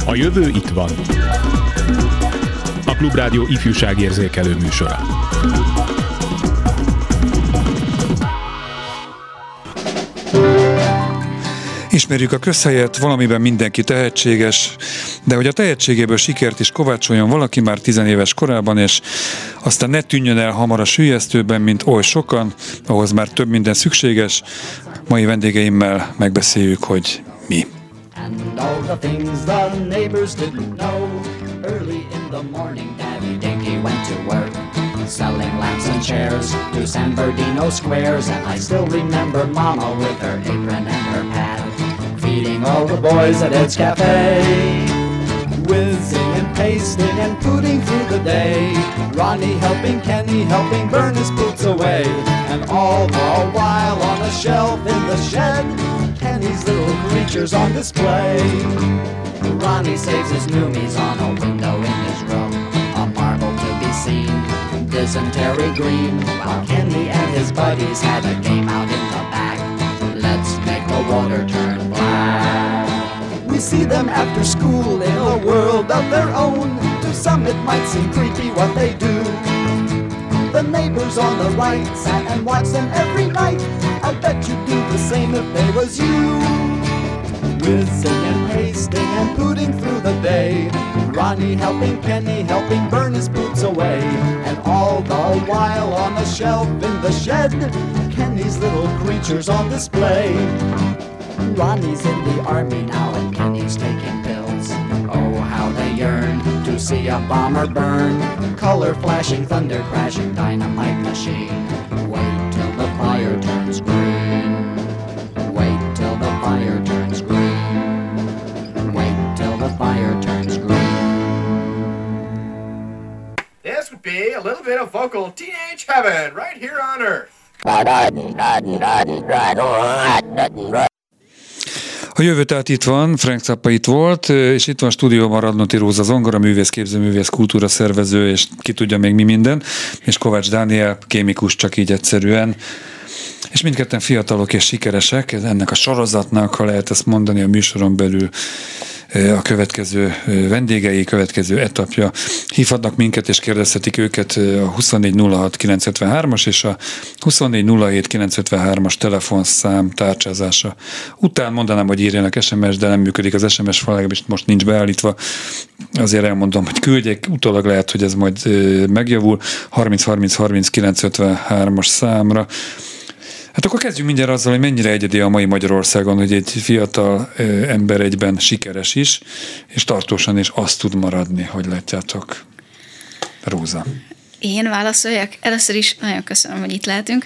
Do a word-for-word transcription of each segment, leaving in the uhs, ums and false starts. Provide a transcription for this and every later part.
A jövő itt van. A Klubrádió ifjúságérzékelő műsora. Ismerjük a közhelyet, valamiben mindenki tehetséges, de hogy a tehetségéből sikert is kovácsoljon valaki már tizenéves korában, és aztán ne tűnjön el hamar a süllyesztőben, mint oly sokan, ahhoz már több minden szükséges. Mai vendégeimmel megbeszéljük, hogy mi. And all the things the neighbors didn't know. Early in the morning, Daddy Dinky went to work, selling lamps and chairs to San Bernardino squares. And I still remember Mama with her apron and her pad, feeding all the boys at Ed's Cafe, whizzing and pasting and putting through the day. Ronnie helping Kenny, helping burn his boots away. And all the while on a shelf in the shed, Kenny's little creatures on display. Ronnie saves his noomies on a window in his room, a marble to be seen, dysentery green, while Kenny and his buddies had a game out in the back. Let's make the water turn black. We see them after school in a world of their own. To some it might seem creepy what they do. The neighbors on the right sat and watched them every night. I bet you'd do the same if they was you. Whizzing and pasting and putting through the day. Ronnie helping Kenny, helping burn his boots away. And all the while on a shelf in the shed, Kenny's little creatures on display. Ronnie's in the army now and Kenny's taking pills. Oh, how they yearn to see a bomber burn. Color flashing, thunder crashing, dynamite machine. Wait till the fire turns green. Wait till the fire turns green. Wait till the fire turns green. This would be a little bit of vocal teenage heaven right here on Earth. A jövő tehát itt van, Frank Zappa itt volt, és itt van stúdióban Radnóti Róza zongora művész, képzőművész, kultúra szervező, és ki tudja még mi minden, és Kovács Dániel, kémikus, csak így egyszerűen. És mindketten fiatalok és sikeresek, ennek a sorozatnak, ha lehet ezt mondani, a műsoron belül a következő vendégei, következő etapja. Hívhatnak minket és kérdezhetik őket a huszonnégy nulla hat kilencszázötvenhármas és a huszonnégy nulla hét kilencszázötvenhármas telefonszám tárcsázása után mondanám, hogy írjanak es em es, de nem működik az es em es fal, legalábbis most nincs beállítva. Azért elmondom, hogy küldjék, utólag lehet, hogy ez majd megjavul. harminc harminc harminc kilencszázötvenhármas számra. Hát akkor kezdjük mindjárt azzal, hogy mennyire egyedi a mai Magyarországon, hogy egy fiatal ö, ember egyben sikeres is, és tartósan is azt tud maradni, hogy látjátok. Róza. Én válaszoljak. Először is nagyon köszönöm, hogy itt lehetünk.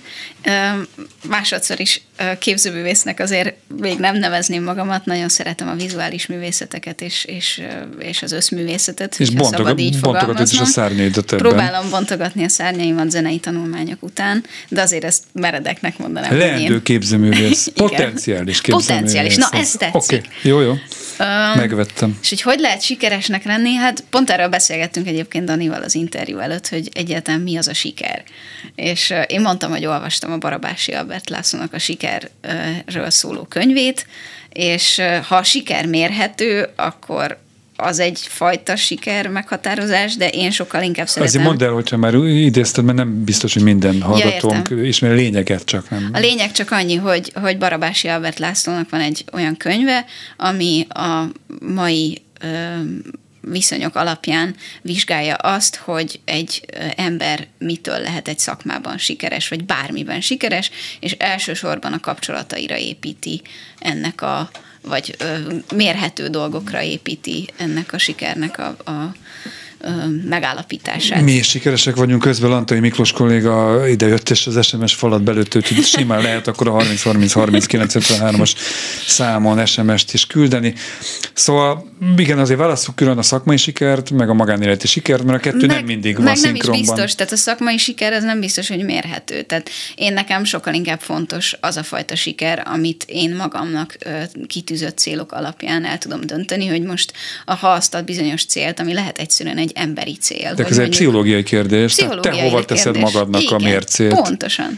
Másodszor is képzőművésznek azért még nem nevezném magamat, nagyon szeretem a vizuális művészeteket és, és, és az összművészetet. És bontogat, bontogatod is a szárnyaidat ebben. Próbálom bontogatni a szárnyaimat zenei tanulmányok után, de azért ezt meredeknek mondanám. Leendő képzőművész. Potenciális képzőművész. Potenciális. Na, ez tetszik. Oké, okay. Jó, jó. Um, Megvettem. És hogy hogy lehet sikeresnek lenni? Hát pont erről beszélgettünk egyébként Danival az interjú előtt, hogy egyáltalán mi az a siker. És uh, én mondtam, hogy olvastam a Barabási Albert Lászlónak a sikerről szóló könyvét, és uh, ha a siker mérhető, akkor az egyfajta siker meghatározás, de én sokkal inkább szeretem. Azért mondd el, hogyha már idézted, mert nem biztos, hogy minden hallgatónk ja, ismer lényeget csak nem. A lényeg csak annyi, hogy, hogy Barabási Albert Lászlónak van egy olyan könyve, ami a mai ö, viszonyok alapján vizsgálja azt, hogy egy ember mitől lehet egy szakmában sikeres, vagy bármiben sikeres, és elsősorban a kapcsolataira építi ennek a vagy ö, mérhető dolgokra építi ennek a sikernek a, a ö, megállapítását. Mi is sikeresek vagyunk, közben Lantai Miklós kolléga idejött, és az es em es falat belőtt, úgyhogy simán lehet akkor a harminc harminc harminc kilencszázötvenhármas számon es em est is küldeni. Szóval igen, azért válasszuk külön a szakmai sikert, meg a magánéleti sikert, mert a kettő meg, nem mindig van szinkronban. Meg nem is biztos, tehát a szakmai siker ez nem biztos, hogy mérhető. Tehát én nekem sokkal inkább fontos az a fajta siker, amit én magamnak ö, kitűzött célok alapján el tudom dönteni, hogy most ha azt ad bizonyos célt, ami lehet egyszerűen egy emberi cél. De ez egy pszichológiai kérdés. Pszichológiai te hova kérdés. Teszed magadnak igen, a mércélt? Pontosan.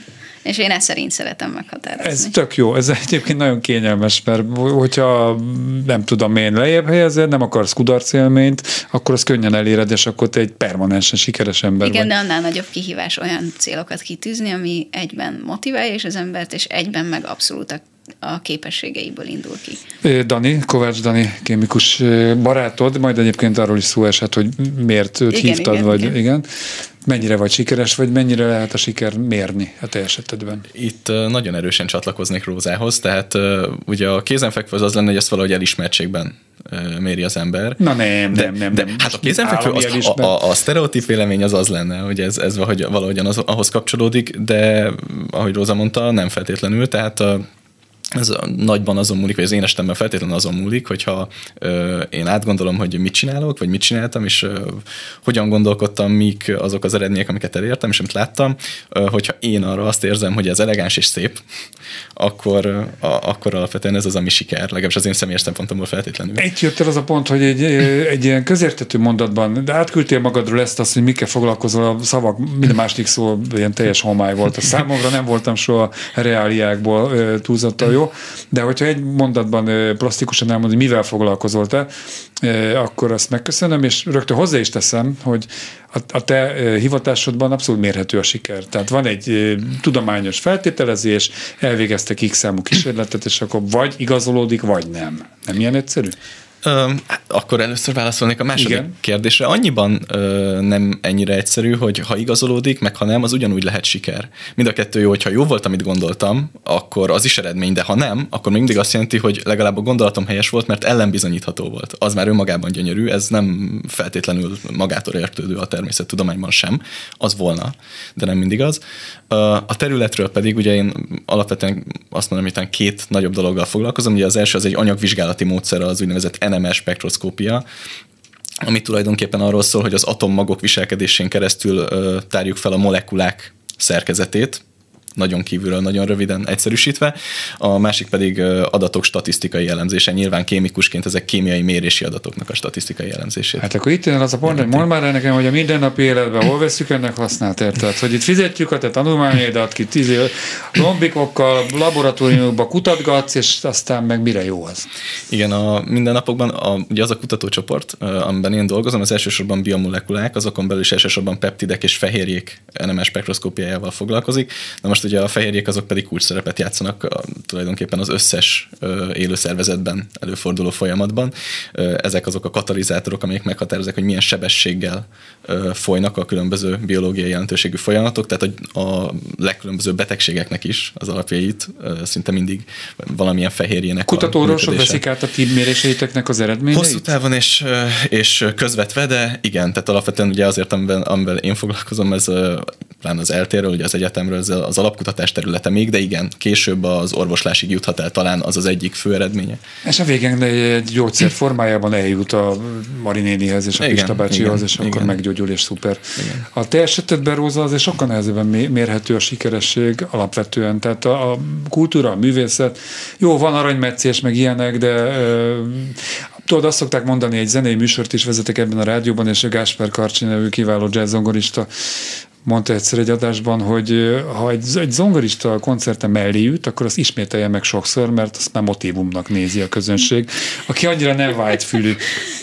És én ezt szerint szeretem meghatározni. Ez tök jó, ez egyébként nagyon kényelmes, mert hogyha nem tudom én lejjebb helyezed, nem akarsz kudarcélményt, akkor az könnyen eléred, és akkor te egy permanensen sikeres ember Igen, vagy. de annál nagyobb kihívás olyan célokat kitűzni, ami egyben motiválja is az embert, és egyben meg abszolút a a képességeiből indul ki. Dani, Kovács Dani kémikus barátod, majd egyébként arról is szó esett, hogy miért őt igen, hívtad, igen, vagy igen. igen. Mennyire vagy sikeres, vagy mennyire lehet a siker mérni a te esetedben? Itt uh, nagyon erősen csatlakoznék Rózához, tehát uh, ugye a kézenfekvő az az lenne, hogy ezt valahogy elismertségben uh, méri az ember. Na nem, de, nem, nem. De, nem. hát a kézenfekvő, az, a, a, a sztereotíp vélemény az az lenne, hogy ez, ez valahogy, valahogyan az, ahhoz kapcsolódik, de ahogy Róza mondta, nem feltétlenül, tehát a ez nagyban azon múlik, vagy az én esetemben feltétlenül azon múlik, hogyha ö, én átgondolom, hogy mit csinálok, vagy mit csináltam, és ö, hogyan gondolkodtam, mik azok az eredmények, amiket elértem, és amit láttam, ö, hogyha én arra azt érzem, hogy ez elegáns és szép, akkor, a, akkor alapvetően ez az, ami siker, legalábbis az én személyes szempontomból feltétlenül. Itt jött el az a pont, hogy egy, egy ilyen közérthető mondatban, de átküldtél magadról ezt azt, hogy mikkel foglalkozol, a szavak, minden második szó ilyen teljes homály volt. A számomra nem voltam soha reáliákból túlzottan jó, de hogyha egy mondatban plastikusan elmondod, hogy mivel foglalkozol te, akkor azt megköszönöm, és rögtön hozzá is teszem, hogy a, a te hivatásodban abszolút mérhető a siker. Tehát van egy tudományos feltételezés, elvégeztek X számú kísérletet, és akkor vagy igazolódik, vagy nem. Nem ilyen egyszerű? Ö, akkor először válaszolnék a második Igen. kérdésre. Annyiban ö, nem ennyire egyszerű, hogy ha igazolódik, meg ha nem, az ugyanúgy lehet siker. Mind a kettő jó, hogyha jó volt, amit gondoltam, akkor az is eredmény, de ha nem, akkor még mindig azt jelenti, hogy legalább a gondolatom helyes volt, mert ellenbizonyítható volt. Az már önmagában gyönyörű, ez nem feltétlenül magától értődő a természettudományban sem. Az volna, de nem mindig az. A területről pedig ugye én alapvetően azt mondom, hogy két nagyobb dologgal foglalkozom. Ugye az első az egy anyagvizsgálati módszer, az úgynevezett en em es spektroszkópia, ami tulajdonképpen arról szól, hogy az atommagok viselkedésén keresztül ö, tárjuk fel a molekulák szerkezetét, nagyon kívülről, nagyon röviden egyszerűsítve. A másik pedig adatok statisztikai elemzése. Nyilván kémikusként ezek kémiai mérési adatoknak a statisztikai elemzését. Hát akkor itt jön az a pont, hogy mondd már el nekem, hogy a mindennapi életben hol veszük ennek használtért. Tehát, hogy itt fizetjük a te tanulmányaidat, ki tíz év lombikokkal, laboratóriumokban kutatgatsz, és aztán meg mire jó az? Igen, a mindennapokban a, ugye az a kutatócsoport, amiben én dolgozom, az elsősorban biomolekulák, azokon belül is elsősorban peptidek és fehérjék en em es spektroszkópiájával foglalkozik. Na most ugye a fehérjék azok pedig kulcs szerepet játszanak a, tulajdonképpen az összes ö, élő szervezetben előforduló folyamatban. Ö, ezek azok a katalizátorok, amelyek meghatározzák, hogy milyen sebességgel ö, folynak a különböző biológiai jelentőségű folyamatok, tehát a, a legkülönbözőbb betegségeknek is az alapjait ö, szinte mindig valamilyen fehérjének. Kutatóorvosok veszik át a ti méréseiteknek az eredményeit? Hosszú távon és, és közvetve, de igen, tehát alapvetően ugye azért, amiben, amiben én foglalkozom, ez pláne az eltéről, ugye az egyetemről, ez az alapkutatás területe még, de igen, később az orvoslásig juthat el talán az az egyik fő eredménye. És a végén egy gyógyszer formájában eljut a Marinénihez és a Pista bácsihoz, és igen, akkor igen. meggyógyul, és szuper. Igen. A te esetedben, Róza, azért sokkal nehezebben mérhető a sikeresség alapvetően, tehát a, a kultúra, a művészet, jó, van aranymetszés, meg ilyenek, de ö, tudod, azt szokták mondani, egy zenei műsort is vezetek ebben a rádióban, és a Gáspár Karcsi nevű kiváló jazz-zongorista mondta egyszer egy adásban, hogy ha egy, egy zongorista koncerten mellé üt, akkor azt ismételje meg sokszor, mert azt már motívumnak nézi a közönség, aki annyira nem vágyfülű.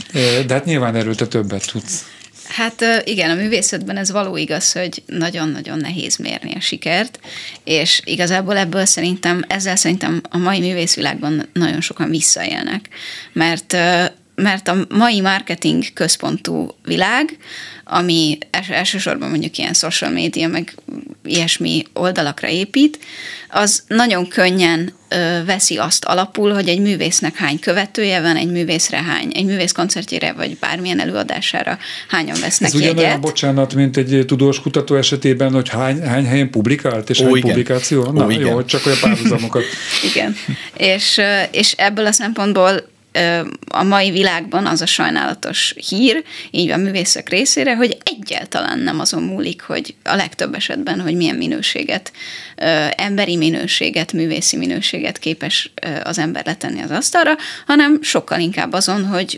De hát nyilván erről te többet tudsz. Hát igen, a művészetben ez való igaz, hogy nagyon-nagyon nehéz mérni a sikert, és igazából ebből szerintem, ezzel szerintem a mai művészvilágban nagyon sokan visszaélnek, mert mert a mai marketing központú világ, ami elsősorban mondjuk ilyen social media, meg ilyesmi oldalakra épít, az nagyon könnyen ö, veszi azt alapul, hogy egy művésznek hány követője van, egy művészre hány, egy művész koncertjére, vagy bármilyen előadására hányan vesznek Ez jegyet. Ez ugyanolyan, bocsánat, mint egy tudós kutató esetében, hogy hány, hány helyen publikált, és Ó, hány igen. publikáció? Na Ó, igen. jó, csak olyan párhuzamokat. Igen, és, és ebből a szempontból a mai világban az a sajnálatos hír, így a művészek részére, hogy egyáltalán nem azon múlik, hogy a legtöbb esetben, hogy milyen minőséget, emberi minőséget, művészi minőséget képes az ember letenni az asztalra, hanem sokkal inkább azon, hogy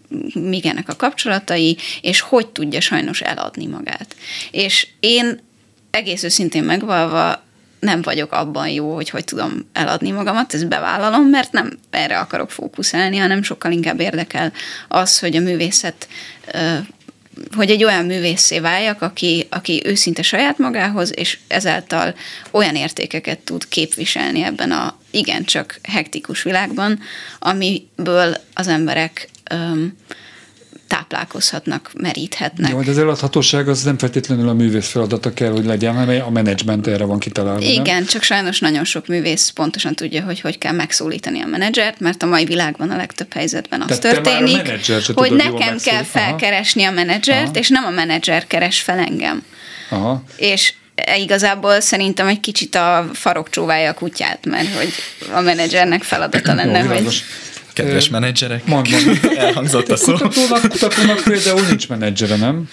mik ennek a kapcsolatai, és hogy tudja sajnos eladni magát. És én egész őszintén megvalva nem vagyok abban jó, hogy hogy tudom eladni magamat, ezt bevállalom, mert nem erre akarok fókuszálni, hanem sokkal inkább érdekel az, hogy a művészet, hogy egy olyan művészé váljak, aki, aki őszinte saját magához, és ezáltal olyan értékeket tud képviselni ebben a igencsak hektikus világban, amiből az emberek öm, táplálkozhatnak, meríthetnek. Jó, de az eladhatóság az nem feltétlenül a művész feladata kell, hogy legyen, hanem a menedzsment erre van kitalálva. Igen, nem? Csak sajnos nagyon sok művész pontosan tudja, hogy hogy kell megszólítani a menedzsert, mert a mai világban a legtöbb helyzetben az Tehát történik, hogy nekem kell felkeresni a menedzsert, Aha. és nem a menedzser keres fel engem. Aha. És igazából szerintem egy kicsit a farok csóválja a kutyát, mert hogy a menedzsernek feladata lenne, Jó, hogy... Kedves menedzserek, mond, mond. elhangzott a szó. Kutatónak, kutatónak például nincs menedzsere, nem?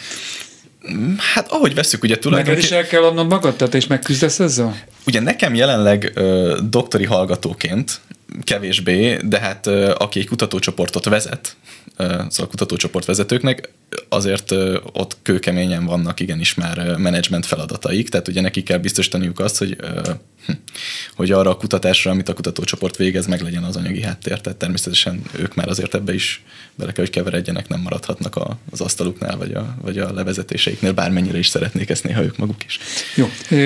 Hát ahogy veszük, ugye tulajdonképpen... Neked is el kell adnod magad, tehát és megküzdesz ezzel? Ugye nekem jelenleg ö, doktori hallgatóként kevésbé, de hát ö, aki egy kutatócsoportot vezet, ö, szóval kutatócsoport vezetőknek, azért ö, ott kőkeményen vannak igenis már ö, menedzsment feladataik, tehát ugye neki kell biztosítaniuk azt, hogy, ö, hogy arra a kutatásra, amit a kutatócsoport végez, meg legyen az anyagi háttér, tehát természetesen ők már azért ebbe is bele kell, hogy keveredjenek, nem maradhatnak a, az asztaluknál, vagy a, vagy a levezetéseiknél, bármennyire is szeretnék ezt néha ők maguk is. Jó.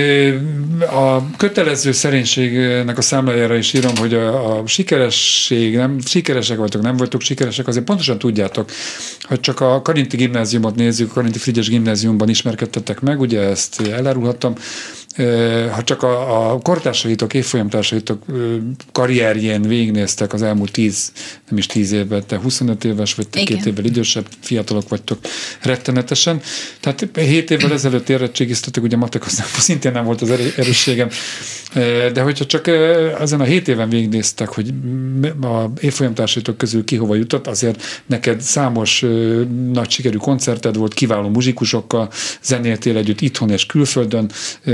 A kötelező szerénységnek a számlájára is írom, hogy a, a sikeresség, nem, sikeresek vagytok, nem vagytok sikeresek, azért pontosan tudjátok, hogy csak a Karinti gimnáziumot nézzük, a Karinti Frigyes gimnáziumban ismerkedtetek meg, ugye ezt elárulhattam, ha csak a, a kortársaitok, évfolyamtársaitok karrierjén végignéztek az elmúlt tíz, nem is tíz évben, te huszonöt éves vagy, te két évvel idősebb, fiatalok vagytok rettenetesen. Tehát hét évvel ezelőtt érettségiztetek, ugye matek az nem, szintén nem volt az erősségem, de hogyha csak ezen a hét éven végignéztek, hogy a évfolyamtársaitok közül ki hova jutott, azért neked számos nagy sikerű koncerted volt, kiváló muzsikusokkal, zenéltél együtt itthon és külföldön,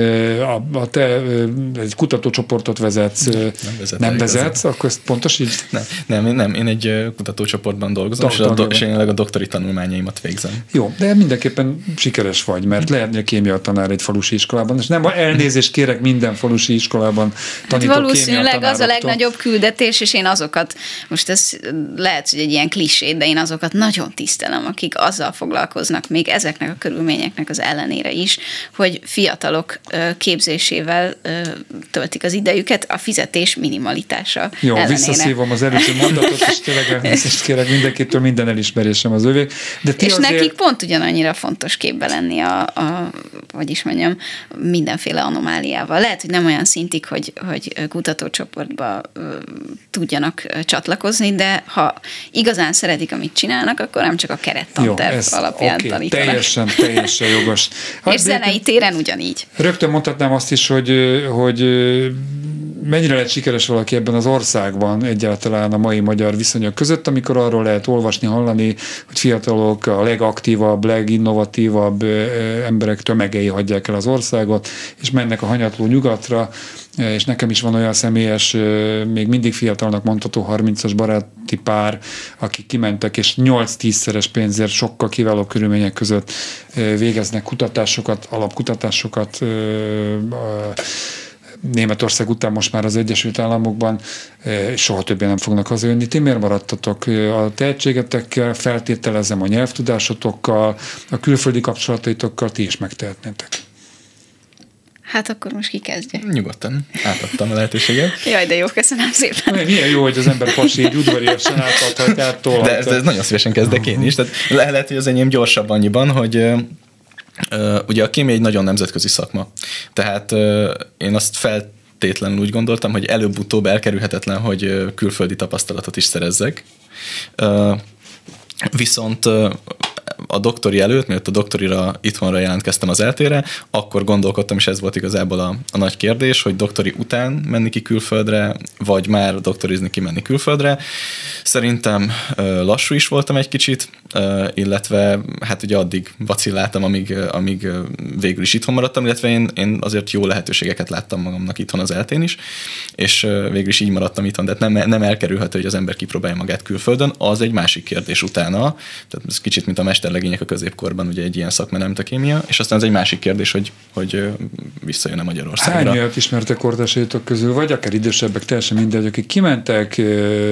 A, a te egy kutatócsoportot vezetsz, nem, nem vezetsz, akkor ezt pontos így? Nem, nem, nem, én egy kutatócsoportban dolgozom, és, a do, és én a doktori tanulmányaimat végzem. Jó, de mindenképpen sikeres vagy, mert lehetni a kémia tanár egy falusi iskolában, és nem, elnézést kérek minden falusi iskolában tanítok hát valószínűleg az a legnagyobb küldetés, és én azokat, most ez lehet, hogy egy ilyen klisé, de én azokat nagyon tisztelem, akik azzal foglalkoznak még ezeknek a körülményeknek az ellenére is, hogy fiatalok képzésével töltik az idejüket a fizetés minimalitása Jó, ellenére. visszaszívom az előző mondatot, és tényleg elnézést kérek mindenkitől, minden elismerésem az övé. De ti és azért... nekik pont ugyanannyira fontos képbe lenni a, a hogy is mondjam, mindenféle anomáliával. Lehet, hogy nem olyan szintig, hogy, hogy kutatócsoportba tudjanak csatlakozni, de ha igazán szeretik, amit csinálnak, akkor nem csak a kerettanterv alapján okay, tanítanak. Teljesen, teljesen jogos. Hát, és zenei téren ugyanígy. Rögtön mondhatnám azt is, hogy, hogy mennyire lehet sikeres valaki ebben az országban egyáltalán a mai magyar viszonyok között, amikor arról lehet olvasni, hallani, hogy fiatalok a legaktívabb, leginnovatívabb emberek tömegei hagyják el az országot, és mennek a hanyatló nyugatra, és nekem is van olyan személyes, még mindig fiatalnak mondható harmincas baráti pár, akik kimentek, és nyolc-tízszeres pénzért sokkal kiváló körülmények között végeznek kutatásokat, alapkutatásokat, Németország után most már az Egyesült Államokban, soha többé nem fognak hazajönni. Ti miért maradtatok? A tehetségetekkel, feltételezem a nyelvtudásotokkal, a külföldi kapcsolataitokkal ti is megtehetnétek. Hát akkor most ki kezdje? Nyugodtan, átadtam a lehetőséget. Jaj, de jó, köszönöm szépen. Milyen jó, hogy az ember pasi így udvariasan átadhat, áttolhat. De ez, ez nagyon szívesen kezdek én is. Tehát lehet, hogy az enyém gyorsabb annyiban, hogy uh, ugye a kémia egy nagyon nemzetközi szakma. Tehát uh, én azt feltétlenül úgy gondoltam, hogy előbb-utóbb elkerülhetetlen, hogy külföldi tapasztalatot is szerezzek. Uh, viszont uh, a doktori előtt, mielőtt a doktorira itthonra jelentkeztem az eltére, akkor gondolkodtam, és ez volt igazából a, a nagy kérdés, hogy doktori után menni ki külföldre, vagy már doktorizni kimenni külföldre. Szerintem ö, lassú is voltam egy kicsit, ö, illetve hát ugye addig vacilláltam, amíg, amíg végül is itthon maradtam, illetve én, én azért jó lehetőségeket láttam magamnak itthon az eltén is, és ö, végül is így maradtam itthon, de nem, nem elkerülhető, hogy az ember kipróbálja magát külföldön, az egy másik kérdés utána, tehát ez kicsit, mint a mester mesterlegények a középkorban, ugye egy ilyen szakma nem a kémia, és aztán ez egy másik kérdés, hogy, hogy visszajön a Magyarországra. Hány olyat ismertek kortársaitok közül, vagy akár idősebbek, teljesen mindegy, akik kimentek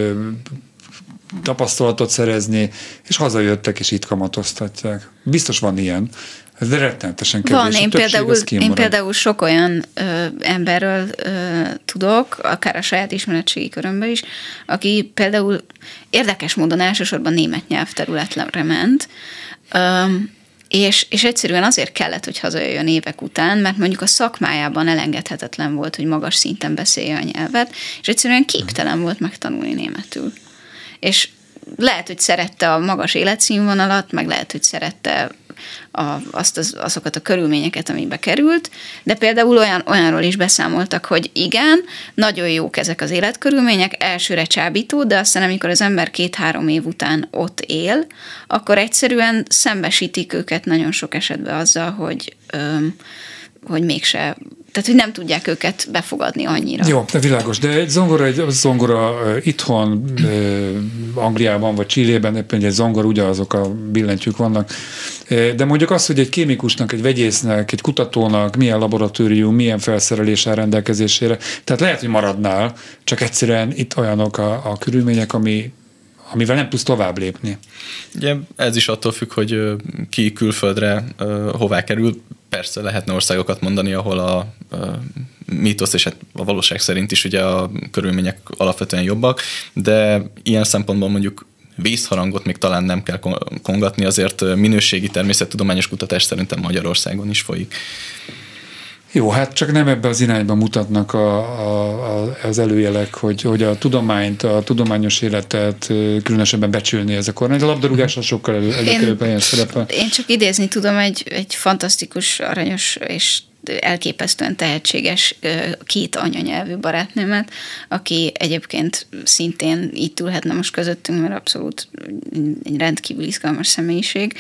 tapasztalatot szerezni, és hazajöttek, és itt kamatoztatják. Biztos van ilyen. Ez rettenetesen kevés. Van, én például, én például sok olyan ö, emberről ö, tudok, akár a saját ismeretségi körömben is, aki például érdekes módon elsősorban német nyelvterületre ment, ö, és, és egyszerűen azért kellett, hogy hazajöjjön évek után, mert mondjuk a szakmájában elengedhetetlen volt, hogy magas szinten beszélje a nyelvet, és egyszerűen képtelen volt megtanulni németül. És lehet, hogy szerette a magas életszínvonalat, meg lehet, hogy szerette a, azt az, azokat a körülményeket, amibe került, de például olyan, olyanról is beszámoltak, hogy igen, nagyon jók ezek az életkörülmények, elsőre csábító, de aztán amikor az ember két-három év után ott él, akkor egyszerűen szembesítik őket nagyon sok esetben azzal, hogy, öm, hogy mégse, tehát, hogy nem tudják őket befogadni annyira. Jó, de világos, de egy zongora, egy zongora itthon, Angliában vagy Chilében, éppen egy zongora, ugyanazok a billentyűk vannak, de mondjuk az, hogy egy kémikusnak, egy vegyésznek, egy kutatónak milyen laboratórium, milyen felszerelés áll rendelkezésére, tehát lehet, hogy maradnál, csak egyszerűen itt olyanok a, a körülmények, ami amivel nem tudsz tovább lépni. Ugye ez is attól függ, hogy ki külföldre hová kerül. Persze lehetne országokat mondani, ahol a, a mítosz és a valóság szerint is ugye a körülmények alapvetően jobbak, de ilyen szempontból mondjuk vészharangot még talán nem kell kongatni, azért minőségi természettudományos kutatás szerintem Magyarországon is folyik. Jó, hát csak nem ebbe az irányba mutatnak a, a, az előjelek, hogy, hogy a tudományt, a tudományos életet különösebben becsülni ez a kormány. A labdarúgással sokkal elő, előkelőbb helyen szerepel. Én csak idézni tudom egy, egy fantasztikus, aranyos és elképesztően tehetséges két anyanyelvű barátnőmet, aki egyébként szintén itt ülhetne most közöttünk, mert abszolút egy rendkívül izgalmas személyiség.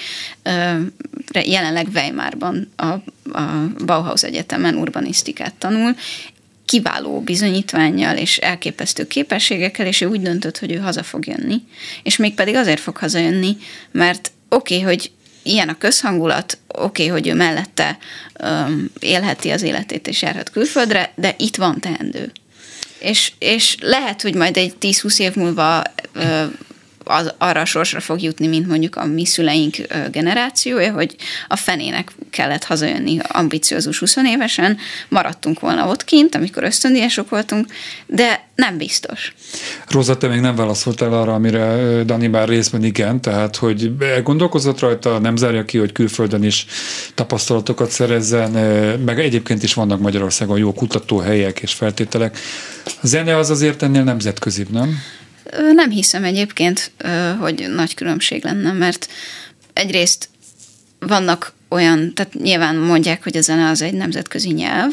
Jelenleg Weimarban a, a Bauhaus Egyetemen urbanisztikát tanul, kiváló bizonyítvánnyal és elképesztő képességekkel, és ő úgy döntött, hogy ő haza fog jönni. És mégpedig azért fog hazajönni, mert oké, okay, hogy ilyen a közhangulat, oké, okay, hogy ő mellette um, élheti az életét és járhat külföldre, de itt van teendő. És, és lehet, hogy majd egy tíz-húsz év múlva uh, az, arra a sorsra fog jutni, mint mondjuk a mi szüleink uh, generációja, hogy a fenének kellett hazajönni ambiciózus huszonévesen, maradtunk volna ott kint, amikor ösztöndíjasok voltunk, de nem biztos. Róza, te még nem válaszoltál arra, amire Dani bár részben igen, tehát, hogy gondolkozott rajta, nem zárja ki, hogy külföldön is tapasztalatokat szerezzen, meg egyébként is vannak Magyarországon jó kutatóhelyek és feltételek. A zene az azért ennél nemzetközibb, nem? Nem hiszem egyébként, hogy nagy különbség lenne, mert egyrészt vannak olyan, tehát nyilván mondják, hogy a zene az egy nemzetközi nyelv,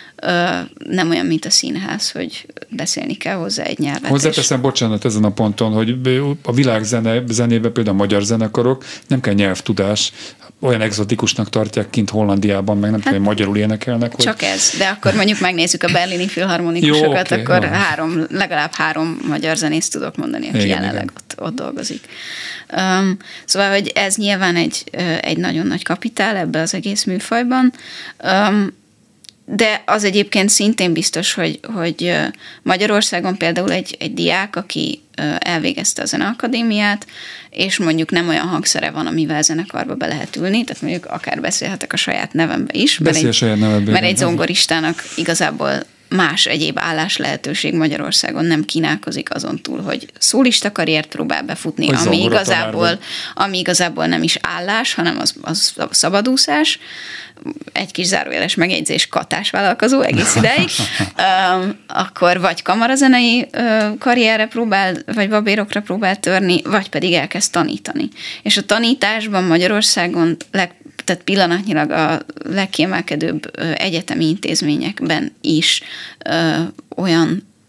nem olyan, mint a színház, hogy beszélni kell hozzá egy nyelvet. Hozzáteszem, bocsánat ezen a ponton, hogy a világ zene, zenében például a magyar zenekarok nem kell nyelvtudás, olyan egzotikusnak tartják kint Hollandiában, meg nem hát, tudom, magyarul énekelnek. Csak hogy... ez, de akkor mondjuk megnézzük a berlini filharmonikusokat, jó, okay, akkor jó. három, legalább három magyar zenészt tudok mondani, aki igen, jelenleg igen. Ott, ott dolgozik. Um, szóval, hogy ez nyilván egy, egy nagyon nagy kapitál ebbe az egész műfajban, um, de az egyébként szintén biztos, hogy, hogy Magyarországon például egy, egy diák, aki elvégezte a zeneakadémiát, és mondjuk nem olyan hangszere van, amivel zenekarba be lehet ülni, tehát mondjuk akár beszélhetek a saját nevembe is, Beszél mert, egy, saját nevedbe, mert egy zongoristának igazából más egyéb állás lehetőség Magyarországon nem kínálkozik azon túl, hogy szólista karriert próbál befutni, ami igazából, ami igazából nem is állás, hanem az, az szabadúszás. Egy kis zárójeles megjegyzés, katás vállalkozó egész ideig, um, akkor vagy kamarazenei uh, karrierre próbál, vagy babérokra próbál törni, vagy pedig elkezd tanítani. És a tanításban Magyarországon leg, tehát pillanatnyilag a legkiemelkedőbb uh, egyetemi intézményekben is uh, olyan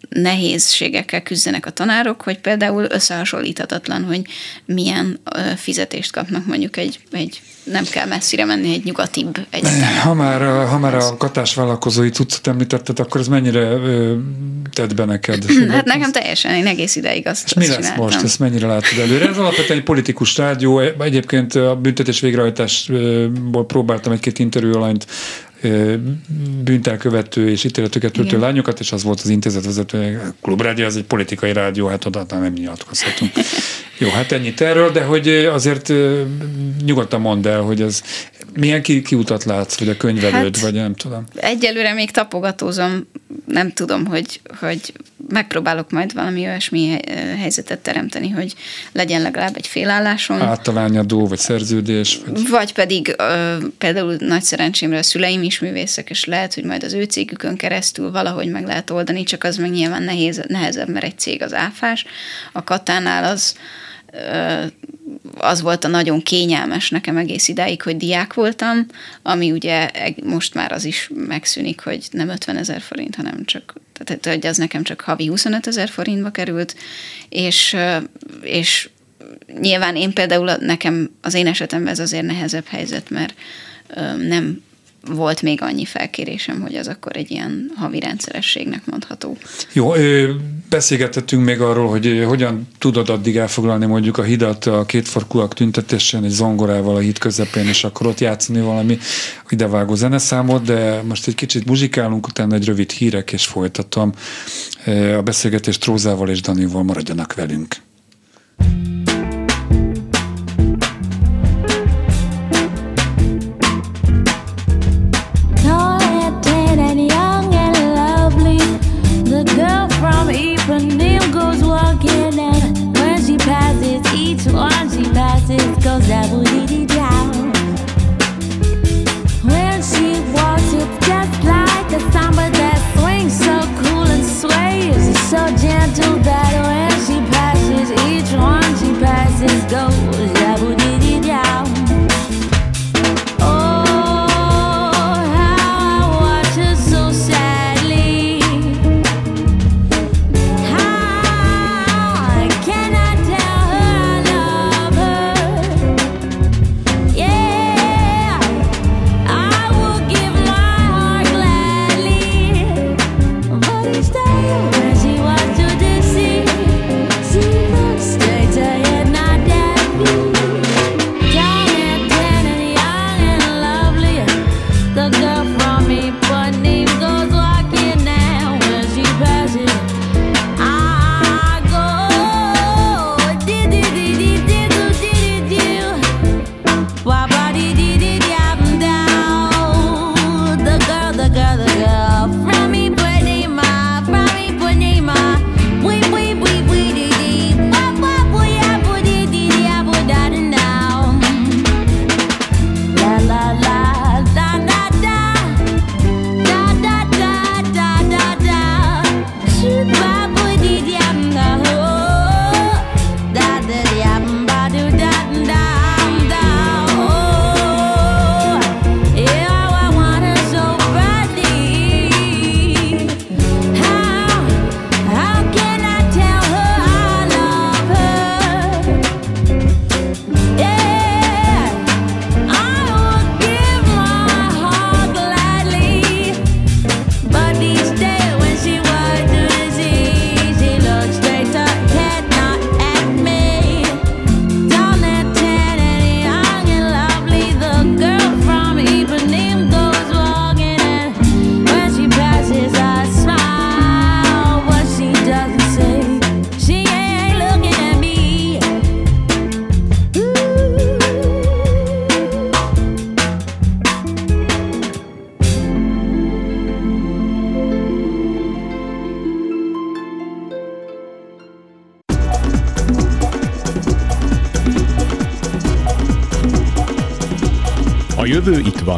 nehézségekkel küzdenek a tanárok, hogy például összehasonlíthatatlan, hogy milyen fizetést kapnak mondjuk egy, egy nem kell messzire menni, egy nyugatibb egyetem. Ha már, ha már a katásvállalkozói cuccot említetted, akkor ez mennyire ö, tett be neked? Hát nekem teljesen, én egész ideig azt, azt mi lesz csináltam. Most? Ezt mennyire látod előre? Ez alapvetően egy politikus rádió. Egyébként a büntetés végrehajtásból próbáltam egy-két interjúalanyt, bűntelkövető és ítéletüket töltő lányokat, és az volt az intézetvezető. A Klubrádió, az egy politikai rádió, hát oda nem nyilatkozhatunk. Jó, hát ennyit erről, de hogy azért nyugodtan mondd el, hogy ez milyen ki, kiutat látsz, vagy a könyvelőd, hát, vagy nem tudom. Egyelőre még tapogatózom, nem tudom, hogy, hogy megpróbálok majd valami olyasmi helyzetet teremteni, hogy legyen legalább egy félállásom. Általányadó, vagy szerződés. Vagy, vagy pedig ö, például nagy szerencsémre a szüleim is művészek, és lehet, hogy majd az ő cégükön keresztül valahogy meg lehet oldani, csak az meg nyilván nehéz, nehezebb, mert egy cég az áfás. A Katánál az az volt a nagyon kényelmes nekem egész idáig, hogy diák voltam, ami ugye most már az is megszűnik, hogy nem ötvenezer forint, hanem csak, tehát hogy az nekem csak havi huszonötezer forintba került, és, és nyilván én például nekem az én esetemben ez azért nehezebb helyzet, mert nem volt még annyi felkérésem, hogy az akkor egy ilyen havi rendszerességnek mondható. Jó, beszélgetettünk még arról, hogy hogyan tudod addig elfoglalni mondjuk a hidat a kétfarkúak tüntetésen egy zongorával a híd közepén, és akkor ott játszani valami idevágó zeneszámot, de most egy kicsit muzsikálunk, utána egy rövid hírek, és folytatom a beszélgetést Rózával és Danival, maradjanak velünk. Goes down. When she walks, it's just like a samba that swings so cool and sways so gentle that when she passes, each one she passes goes down. Oh, how I watch her so sadly. How can I tell her I love her? Yeah, I will give my heart gladly, but each day when she walks to the sea, she looks straight ahead, not at me. Young and tan and young and lovely, the girl from Ipanema goes walking now. When she passes, I go dee dee dee dee dee doo dee dee doo. Wah bah dee dee dee dee up and down. The girl, the girl, the girl from Ipanema, from Ipanema. Wee wee wee wee dee dee. Wah wah wee ah wee dee dee dee ah wee da da now. La la la da da da. Da da da da da da. Shoot bah wee dee dee ah da oh. Da da dee ah ba do da da da oh. Yeah, I want her so badly. How how can I tell her I love her? Yeah, I would give my heart gladly, but each day when she walks to the sea, she looks straight ahead, not at me. Tall and tan and young and lovely, the girl from Ipanema goes walking, and when she passes, I smile, but she doesn't say. She ain't looking at me. A jövő itt van.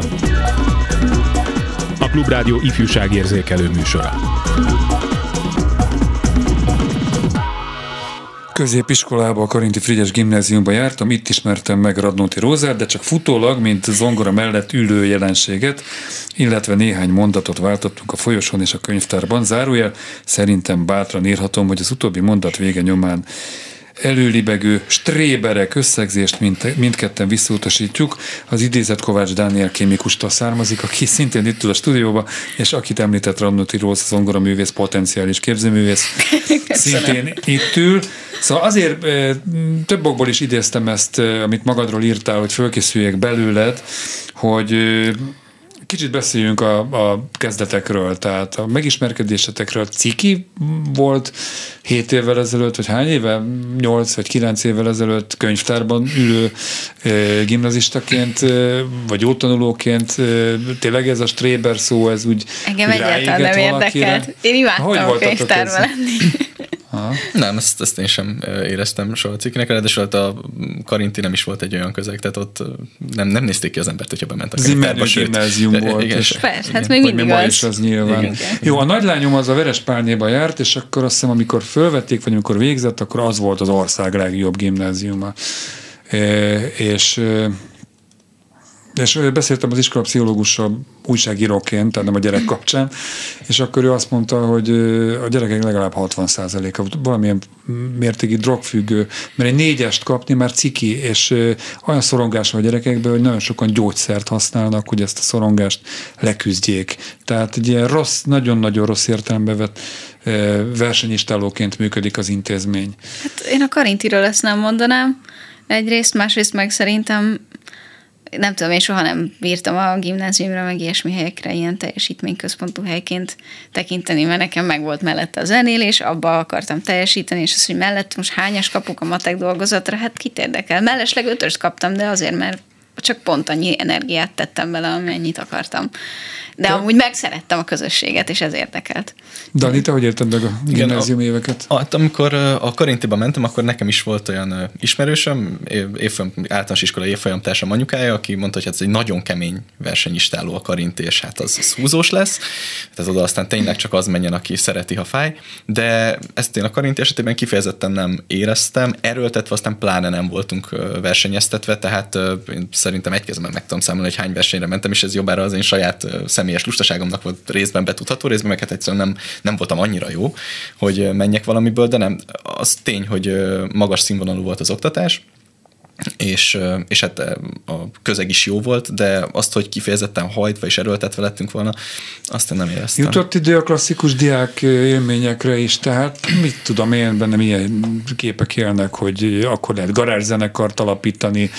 A Klubrádió ifjúságérzékelő műsora. Középiskolába, a Karinti Frigyes Gimnáziumba jártam, itt ismertem meg Radnóti Rózát, de csak futólag, mint zongora mellett ülő jelenséget, illetve néhány mondatot váltottunk a folyosón és a könyvtárban. Zárójel, szerintem bátran írhatom, hogy az utóbbi mondat vége nyomán előlibegő stréberek összegzést mind, mindketten visszautasítjuk. Az idézet Kovács Dániel kémikustól származik, aki szintén itt ül a stúdióba, és akit említett Radnóti Róza, zongoraművész, potenciális képzőművész, szintén itt ül. Szóval azért több okból is idéztem ezt, amit magadról írtál, hogy fölkészüljek belőled, hogy kicsit beszéljünk a, a kezdetekről, tehát a megismerkedésetekről. Ciki volt hét évvel ezelőtt, vagy hány éve? nyolc vagy kilenc évvel ezelőtt könyvtárban ülő e, gimnazistaként, e, vagy jótanulóként. E, tényleg ez a stréber szó, ez úgy engem egyáltalán nem érdekelt. Én imádtam a könyvtárban lenni. Aha. Nem, ezt, ezt én sem éreztem soha cikinek, ráadásul a Karinti nem is volt egy olyan közeg, tehát ott nem, nem nézték ki az embert, hogyha bement a könyvtárba. Gimnázium volt. Igen, és persze, hát még mindig ma az. is az nyilván. Igen. Jó, a nagylányom az a Verespálnéba járt, és akkor azt hiszem, amikor fölvették, vagy amikor végzett, akkor az volt az ország legjobb gimnáziuma. E, és és beszéltem az iskolapszichológussal újságíróként, tehát nem a gyerek kapcsán, és akkor ő azt mondta, hogy a gyerekek legalább hatvan százaléka valamilyen mértékig drogfüggő, mert egy négyest kapni már ciki, és olyan szorongás van a gyerekekből, hogy nagyon sokan gyógyszert használnak, hogy ezt a szorongást leküzdjék. Tehát egy ilyen rossz, nagyon-nagyon rossz értelembe vett versenyistálóként működik az intézmény. Hát én a Karintiről ezt nem mondanám. Egyrészt, másrészt meg szerintem nem tudom, én soha nem bírtam a gimnáziumra, meg ilyesmi helyekre ilyen teljesítményközpontú helyként tekinteni, mert nekem meg volt mellette a zenélés, abba akartam teljesíteni, és az, hogy mellett most hányas kapok a matek dolgozatra, hát kit érdekel. Mellesleg ötöst kaptam, de azért, mert csak pont annyi energiát tettem bele, amennyit akartam. De amúgy megszerettem a közösséget, és ez érdekelt. Dani, te hogy érted meg a gimnázium éveket? A, a, amikor a Karintiba mentem, akkor nekem is volt olyan ismerősöm, évfolyam, általános iskolai évfolyamtársam anyukája, aki mondta, hogy hát ez egy nagyon kemény versenyistáló a Karinti, és hát az, az húzós lesz. Tehát oda aztán tényleg csak az menjen, aki szereti, ha fáj. De ezt én a Karinti esetében kifejezetten nem éreztem. Erőltetve aztán pláne nem voltunk versenyeztetve, tehát én szerintem egy kezben meg tudom számolni, hogy hány versenyre mentem, és ez jobbára az én saját személyes lustaságomnak volt részben betudható, részben meg hát egyszerűen nem, nem voltam annyira jó, hogy menjek valamiből, de nem. Az tény, hogy magas színvonalú volt az oktatás, és, és hát a közeg is jó volt, de azt, hogy kifejezetten hajtva és erőltetve lettünk volna, azt én nem éreztem. Jutott idő a klasszikus diák élményekre is, tehát mit tudom én, bennem ilyen képek élnek, hogy akkor lehet garázszenekart alapítani,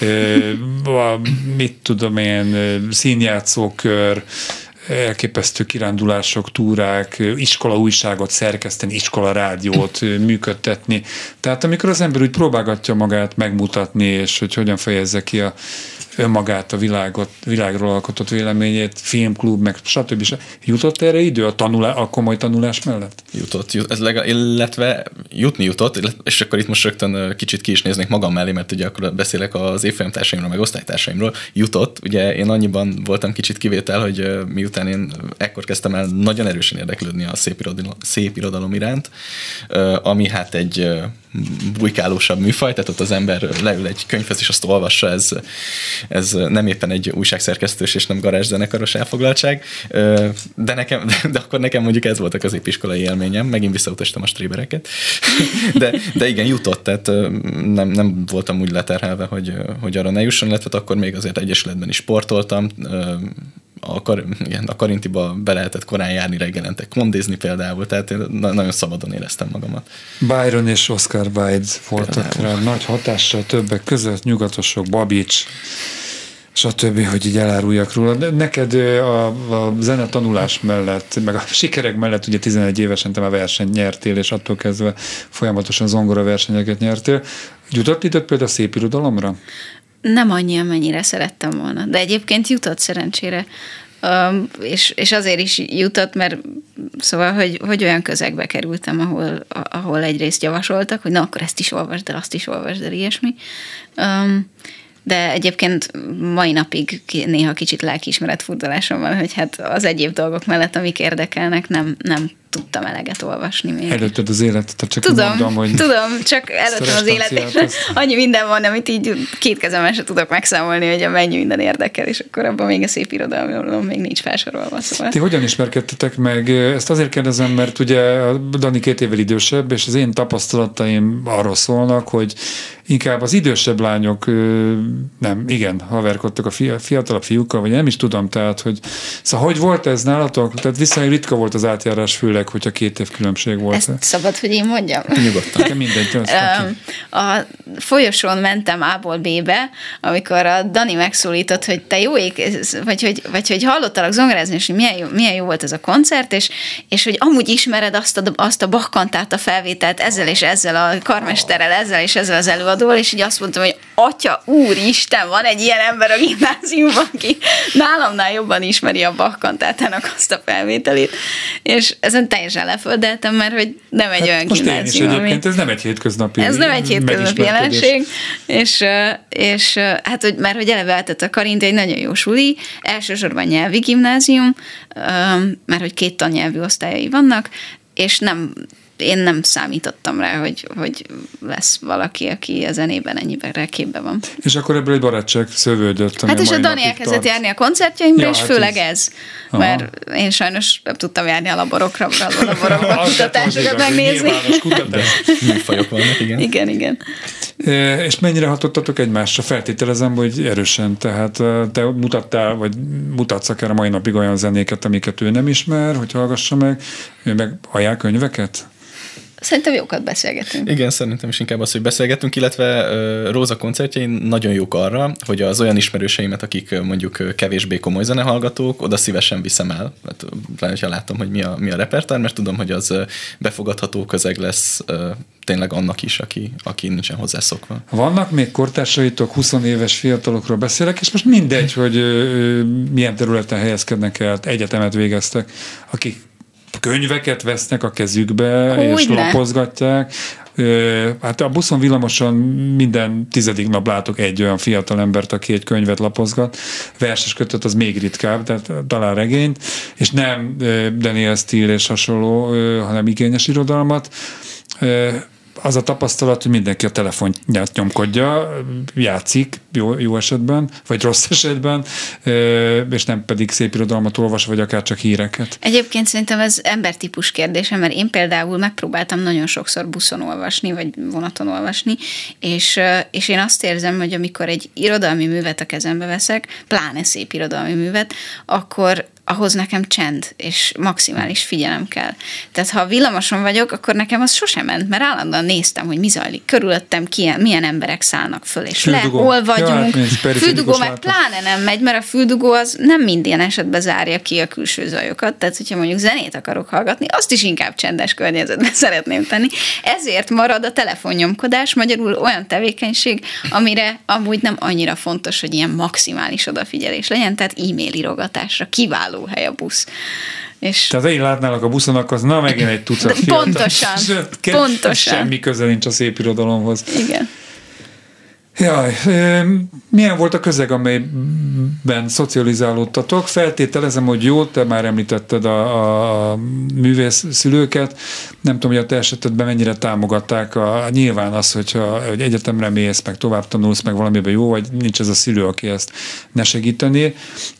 mit tudom én, színjátszókör, elképesztő kirándulások, túrák, iskola újságot szerkeszteni, iskola rádiót működtetni. Tehát amikor az ember úgy próbálgatja magát megmutatni, és hogy hogyan fejezze ki a önmagát, a világot, világról alkotott véleményét, filmklub, meg stb. Jutott erre idő a, tanulá, a komoly tanulás mellett? Jutott, jut, ez legalább, illetve jutni jutott, és akkor itt most rögtön kicsit ki is néznék magam mellé, mert ugye akkor beszélek az évfolyamtársaimról, meg osztálytársaimról. Jutott, ugye én annyiban voltam kicsit kivétel, hogy miután én ekkor kezdtem el nagyon erősen érdeklődni a szép irodalom, szép irodalom iránt, ami hát egy bujkálósabb műfaj, tehát ott az ember leül egy könyvhez, és azt olvassa, ez, ez nem éppen egy újságszerkesztős és nem garázszenekaros elfoglaltság, de, nekem, de akkor nekem mondjuk ez volt a középiskolai élményem, megint visszautasítom a strébereket, de, de igen, jutott, tehát nem, nem voltam úgy leterhelve, hogy, hogy arra ne jusson, illetve akkor még azért egyesületben is sportoltam, a, Kar, igen, a Karintiba be lehetett korán járni reggelente kondézni például, tehát én nagyon szabadon éreztem magamat. Byron és Oscar Wilde voltak rá nagy hatással, többek között Nyugatosok, Babics, stb., hogy így eláruljak róla. De neked a, a zene tanulás mellett, meg a sikerek mellett ugye tizenegy évesen te már versenyt nyertél, és attól kezdve folyamatosan zongora versenyeket nyertél. Jutott időt például a szép irodalomra? Nem annyi, amennyire szerettem volna. De egyébként jutott szerencsére. Um, és, és azért is jutott, mert szóval, hogy, hogy olyan közegbe kerültem, ahol, ahol egyrészt javasoltak, hogy na, akkor ezt is olvasd el, azt is olvasd el, ilyesmi. Um, de egyébként mai napig néha kicsit lelkiismeret furdalásom van, hogy hát az egyéb dolgok mellett, amik érdekelnek, nem, nem tudtam eleget olvasni még. Előtted az életet, csak Tudom, mondom, hogy... tudom, csak előttem az élet, és annyi minden van, amit így két kezemmel se tudok megszámolni, hogy a mennyi minden érdekel, és akkor abban még a szép irodalom még nincs felsorolva. Szóval. Ti hogyan ismerkedtetek meg? Ezt azért kérdezem, mert ugye Dani két évvel idősebb, és az én tapasztalataim arról szólnak, hogy inkább az idősebb lányok, nem, igen, haverkodtak a fiatalabb fiúkkal, vagy nem is tudom, tehát, hogy szóval hogy volt ez nálatok? Tehát viszonylag ritka volt az átjárás, főleg, hogyha két év különbség volt. Ezt szabad, hogy én mondjam? Nyugodtan. Mindegy. A folyosón mentem A-ból B-be, amikor a Dani megszólított, hogy te jó ég, vagy hogy, vagy hogy hallottalak zongorázni, és hogy milyen jó, milyen jó volt ez a koncert, és, és hogy amúgy ismered azt a, azt a Bach kantát, a felvételt ezzel és ezzel a karmesterrel, ezzel és ezzel az előadóval, és így azt mondtam, hogy atya, úristen, van egy ilyen ember a gimnáziumban, aki nálamnál jobban ismeri a Bach kantátának azt a felvételét, és ezen teljesen leföldeltem, mert hogy nem egy hát olyan most gimnázium. Most egyébként ez nem egy hétköznapi Ez nem egy hétköznapi jelenség, és, és hát, hogy, mert hogy eleve eltett a Karinti egy nagyon jó suli, elsősorban nyelvi gimnázium, mert hogy két tannyelvű osztályai vannak, és nem, én nem számítottam rá, hogy, hogy lesz valaki, aki a zenében ennyiben képben van. És akkor ebből egy barátság szövődött. Hát és a Dani elkezdett járni a koncertjeimbe, ja, és hát főleg ez. ez. Mert Aha. én sajnos nem tudtam járni a laborokra, a laborokra a kutatásokat megnézni. Műfajok vannak, igen. Igen, igen. E, és mennyire hatottatok egymásra? Feltételezem, hogy erősen. Tehát te mutattál, vagy mutatsz akár a mai napig olyan zenéket, amiket ő nem ismer, hogy hallgassa meg, ő meg ajánl könyveket? Szerintem jókat beszélgetünk. Igen, szerintem is inkább az, hogy beszélgetünk, illetve uh, Róza koncertjei nagyon jók arra, hogy az olyan ismerőseimet, akik uh, mondjuk kevésbé komoly zenehallgatók, oda szívesen viszem el. Hát, pláne, hogyha látom, hogy mi a, mi a repertár, mert tudom, hogy az uh, befogadható közeg lesz uh, tényleg annak is, aki, aki nincsen hozzászokva. Vannak még kortársaitok, húsz éves fiatalokról beszélek, és most mindegy, hogy uh, milyen területen helyezkednek el, egyetemet végeztek, akik könyveket vesznek a kezükbe, Húgyne. és lapozgatják. Hát a buszon, villamoson minden tizedik nap látok egy olyan fiatal embert, aki egy könyvet lapozgat. Verses kötet az még ritkább, tehát talán regényt, és nem Daniel Steele és hasonló, hanem igényes irodalmat. Az a tapasztalat, hogy mindenki a telefonját nyomkodja, játszik jó, jó esetben, vagy rossz esetben, és nem pedig szép irodalmat olvas, vagy akár csak híreket. Egyébként szerintem ez embertípus kérdése, mert én például megpróbáltam nagyon sokszor buszon olvasni, vagy vonaton olvasni, és, és én azt érzem, hogy amikor egy irodalmi művet a kezembe veszek, pláne szép irodalmi művet, akkor ahhoz nekem csend és maximális figyelem kell. Tehát ha villamoson vagyok, akkor nekem az sosem ment, mert állandóan néztem, hogy mi zajlik körülöttem, ki, milyen emberek szállnak föl, és füldugó. le, hol vagyunk. Ja, füldugó meg pláne nem megy, mert a füldugó az nem minden esetben zárja ki a külső zajokat, tehát hogyha mondjuk zenét akarok hallgatni, azt is inkább csendes környezetben szeretném tenni. Ezért marad a telefonnyomkodás, magyarul olyan tevékenység, amire amúgy nem annyira fontos, hogy ilyen maximális odafigyelés legyen, tehát e-mail írogatásra kiváló hely a busz. És tehát én látnálak a buszon, akkor az na megint egy tucat fiatal. Pontosan, pontosan. Semmi köze nincs a szép irodalomhoz. Igen. Jaj, milyen volt a közeg, amelyben szocializálódtatok? Feltételezem, hogy jó, te már említetted a, a művész szülőket. Nem tudom, hogy a te esetedben mennyire támogatták a, nyilván az, hogyha hogy egyetemre mész, meg tovább tanulsz, meg valamiben jó, vagy nincs ez a szülő, aki ezt ne segítené.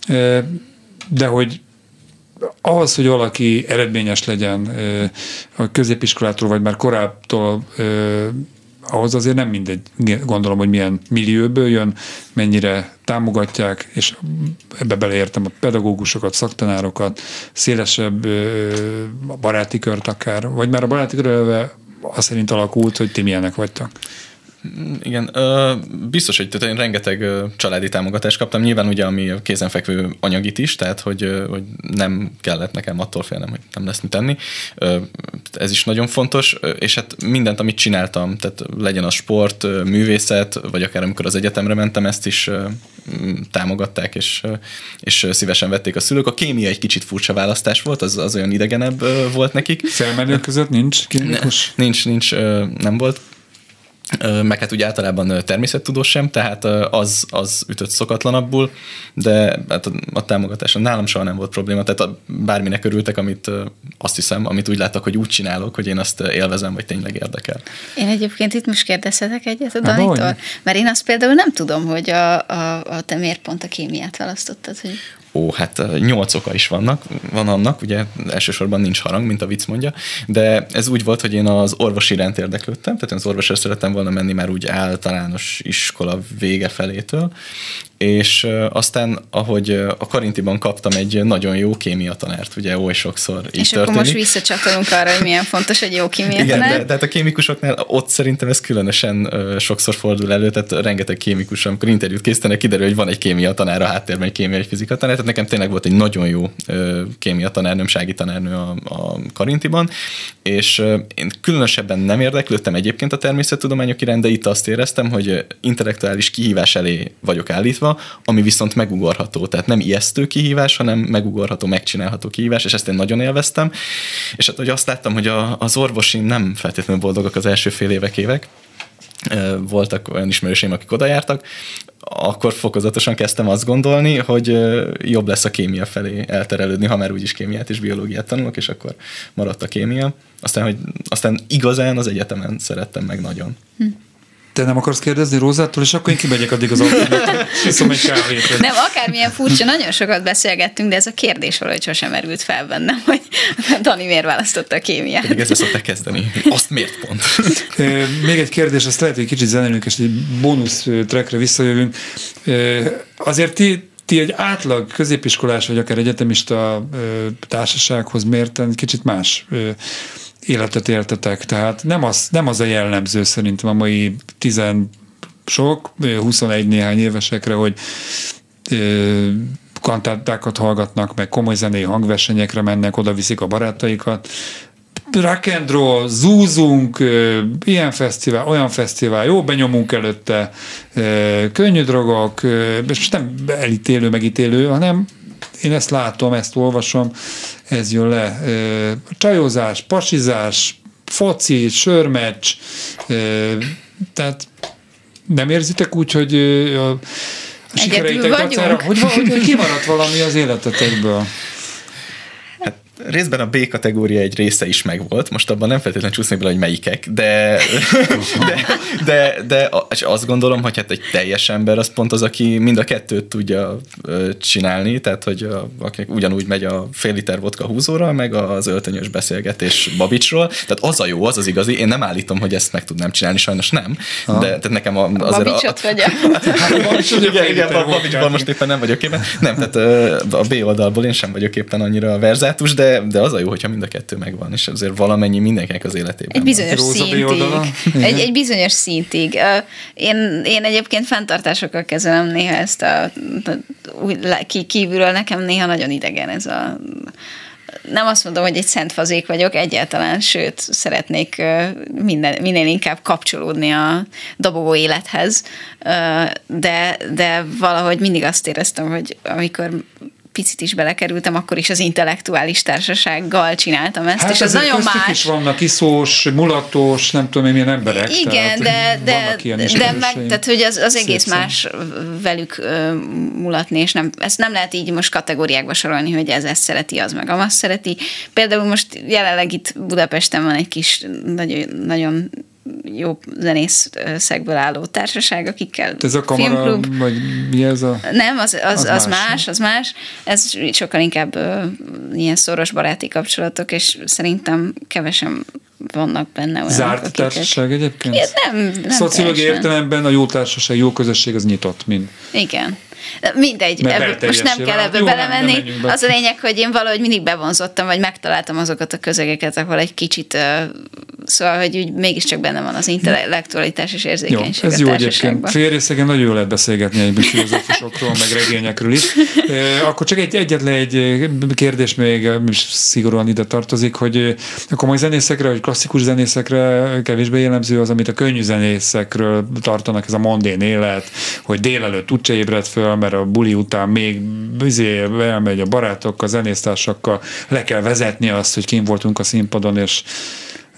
De hogy ahhoz, hogy valaki eredményes legyen a középiskolától, vagy már korábbtól, ahhoz azért nem mindegy, gondolom, hogy milyen millióből jön, mennyire támogatják, és ebbe beleértem a pedagógusokat, szaktanárokat, szélesebb baráti kört akár, vagy már a baráti kör eleve azt szerint alakult, hogy ti milyenek vagytok. Igen, biztos, hogy én rengeteg családi támogatást kaptam, nyilván ugye, ami kézenfekvő anyagit is, tehát hogy, hogy nem kellett nekem attól félnem, hogy nem lesz mit tenni. Ez is nagyon fontos, és hát mindent, amit csináltam, tehát legyen a sport, művészet, vagy akár amikor az egyetemre mentem, ezt is támogatták, és, és szívesen vették a szülők. A kémia egy kicsit furcsa választás volt, az, az olyan idegenebb volt nekik. Felmenők között nincs kémikus? Nincs, nincs, nem volt. meg hát úgy általában természettudós sem, tehát az, az ütött szokatlanabbul, de hát a, a támogatáson nálam soha nem volt probléma, tehát a, bárminek örültek, amit azt hiszem, amit úgy láttak, hogy úgy csinálok, hogy én azt élvezem, vagy tényleg érdekel. Én egyébként itt most kérdezhetek egyet a Danitól, mert én azt például nem tudom, hogy a, a, a te miért pont a kémiát választottad, hogy... Ó, hát nyolc oka is vannak, van annak, ugye elsősorban nincs harang, mint a vicc mondja, de ez úgy volt, hogy én az orvosi iránt érdeklődtem, tehát én az orvosra szerettem volna menni már úgy általános iskola vége felétől, és aztán, ahogy a Karintiban kaptam egy nagyon jó kémia tanárt, ugye oly sokszor így És történik. akkor most visszacsatolunk arra, hogy milyen fontos egy jó kémia Igen, tanár. de, de hát a kémikusoknál ott szerintem ez különösen uh, sokszor fordul elő, tehát rengeteg kémikus, amikor interjút készítenek, kiderül, hogy van egy kémia tanár a háttérben, egy kémia, egy fizika tanár, tehát nekem tényleg volt egy nagyon jó uh, kémia tanárnőm, sági tanárnő a, a Karintiban, és uh, én különösebben nem érdeklődtem egyébként a természettudományok iránt, de itt azt éreztem, hogy intellektuális kihívás elé vagyok állítva, ami viszont megugorható, tehát nem ijesztő kihívás, hanem megugorható, megcsinálható kihívás, és ezt én nagyon élveztem. És hát, hogy azt láttam, hogy a, az orvosim nem feltétlenül boldogok az első fél évek, évek. Voltak olyan ismerőseim, akik oda jártak, akkor fokozatosan kezdtem azt gondolni, hogy jobb lesz a kémia felé elterelődni, ha már úgyis kémiát és biológiát tanulok, és akkor maradt a kémia. Aztán, hogy, aztán igazán az egyetemen szerettem meg nagyon. Hm. Te nem akarsz kérdezni Rózától, és akkor én kimegyek addig az autóban, és iszom egy kávét. Nem, akármilyen furcsa, nagyon sokat beszélgettünk, de ez a kérdés valahogy sosem merült fel bennem, hogy Dani miért választotta a kémiát. Pedig ezzel szokták kezdeni. Azt miért pont? Még egy kérdés, azt lehet, hogy kicsit zenélünk, és egy bónusz trackre visszajövünk. Azért ti, ti egy átlag középiskolás, vagy akár egyetemista társasághoz mérten kicsit más életet éltetek, tehát nem az, nem az a jellemző szerintem a mai tizen sok, huszonegy néhány évesekre, hogy ö, kantátákat hallgatnak, meg komoly zenei hangversenyekre mennek, oda viszik a barátaikat. Rock and roll, zúzunk, ö, ilyen fesztivál, olyan fesztivál, jó benyomunk előtte, ö, könnyű drogok, ö, és nem elítélő, megítélő, hanem én ezt látom, ezt olvasom, ez jön le. Csajozás, pasizás, foci, sörmeccs, tehát nem érzitek úgy, hogy a, a sikereitek dacára, hogy, hogy, hogy kimaradt valami az életetekből? Hát részben a B kategória egy része is megvolt, most abban nem feltétlenül csúsznék bele, hogy melyikek, de, de, de, de azt gondolom, hogy hát egy teljes ember az pont az, aki mind a kettőt tudja csinálni, tehát hogy akinek ugyanúgy megy a fél liter vodka húzóra, meg az öltönyös beszélgetés Babicsról, tehát az a jó, az az igazi, én nem állítom, hogy ezt meg tudnám csinálni, sajnos nem, de tehát nekem a, azért Babicsot a... vagy a... Igen, igen, a Babicsban most éppen nem vagyok éppen. Nem, tehát a B oldalból én sem vagyok éppen annyira verzátus, de, de az a jó, hogyha mind a kettő megvan, és azért valamennyi mindenkinek az életében. Egy bizonyos szintig. Egy, egy bizonyos szintig. Én, én egyébként fenntartásokkal kezelem néha ezt a, a kívülről, nekem néha nagyon idegen ez a... Nem azt mondom, hogy egy szent fazék vagyok, egyáltalán, sőt, szeretnék minden, minél inkább kapcsolódni a dobogó élethez, de, de valahogy mindig azt éreztem, hogy amikor picit is belekerültem, akkor is az intellektuális társasággal csináltam ezt, hát és ez nagyon más. is vannak iszós, mulatos, nem tudom én milyen emberek. Igen, de, de, de meg, tehát, hogy az, az egész szép más velük uh, mulatni, és nem, ezt nem lehet így most kategóriákba sorolni, hogy ez ezt szereti, az meg azt szereti. Például most jelenleg itt Budapesten van egy kis nagyon, nagyon jó zenészekből álló társaság, akikkel ez a kamara, filmklub. Vagy mi ez a... Nem, az, az, az, az más, más, az más. Ez sokkal inkább uh, ilyen szoros baráti kapcsolatok, és szerintem kevesen vannak benne olyan. Zárt akik társaság egyébként? Igen, nem, nem szociológiai értelemben a jó társaság, jó közösség az nyitott, mind. Igen. Mindegy, ebből, most nem kell ebbe belemenni. Nem, nem be. Az a lényeg, hogy én valahogy mindig bevonzottam, vagy megtaláltam azokat a közegeket, ahol egy kicsit, uh, szóval, hogy úgy mégiscsak benne van az intellektualitás és érzékenység jó, ez jó egyébként. Félrészegen nagyon jól lehet beszélgetni egy filozófusokról, meg regényekről is. Uh, akkor csak egy, egyetlen egy kérdés még szigorúan ide tartozik, hogy a komoly zenészekre, vagy klasszikus zenészekre kevésbé jellemző az, amit a könnyű zenészekről tartanak, ez a mondén élet, hogy délelőtt úgyse ébred föl, mert a buli után még bizé elmegy a barátokkal, zenésztársakkal, le kell vezetni azt, hogy kint voltunk a színpadon, és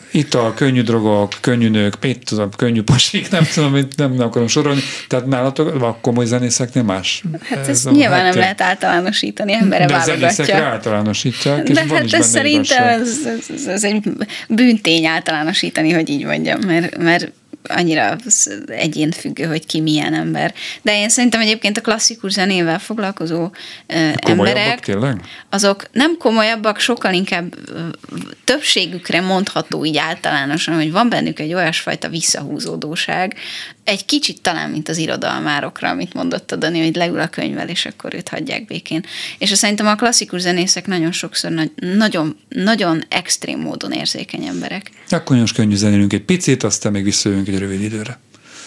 Ital, könnyű drogok, könnyű nők, mit tudom, könnyű pasik, nem tudom, nem, nem akarom sorolni. Tehát nálatok a komoly zenészeknél más? Hát ez ezt nyilván nem lehet általánosítani, embere de válogatja. De zenészekre általánosítják, és de van hát is ez benne szerintem igazság. ez, ez, ez egy bűntény általánosítani, hogy így mondjam, mert, mert annyira egyén függő, hogy ki milyen ember. De én szerintem egyébként a klasszikus zenével foglalkozó uh, emberek, tényleg? azok nem komolyabbak, sokkal inkább uh, többségükre mondható így általánosan, hogy van bennük egy olyasfajta visszahúzódóság, egy kicsit talán, mint az irodalmárokra, amit mondott a Dani, hogy leül a könyvvel, és akkor őt hagyják békén. És szerintem a klasszikus zenészek nagyon sokszor nagy, nagyon, nagyon extrém módon érzékeny emberek. Akkor most könnyű zenélünk egy picit, aztán még visszajövünk egy rövid időre.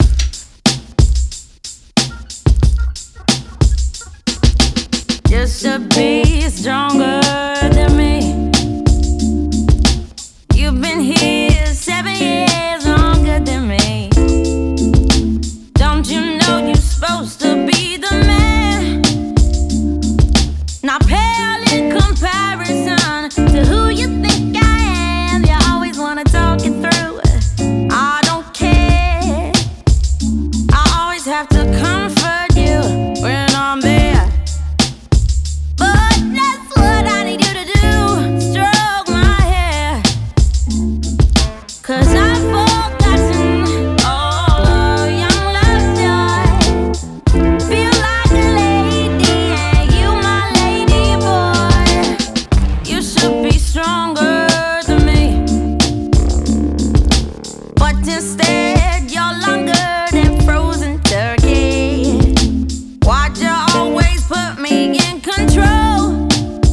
Just to be stronger than me. You've been here seven years longer than me. Don't you know you're supposed to be the man? Not pale in comparison to who you think I am. You always wanna talk it through. I don't care. I always have to comfort you when I'm there. But that's what I need you to do. Stroke my hair. 'Cause I've forgotten all of young love's joy. Feel like a lady and you my lady boy. You should be stronger than me. But instead you're longer than frozen turkey. Why'd you always put me in control?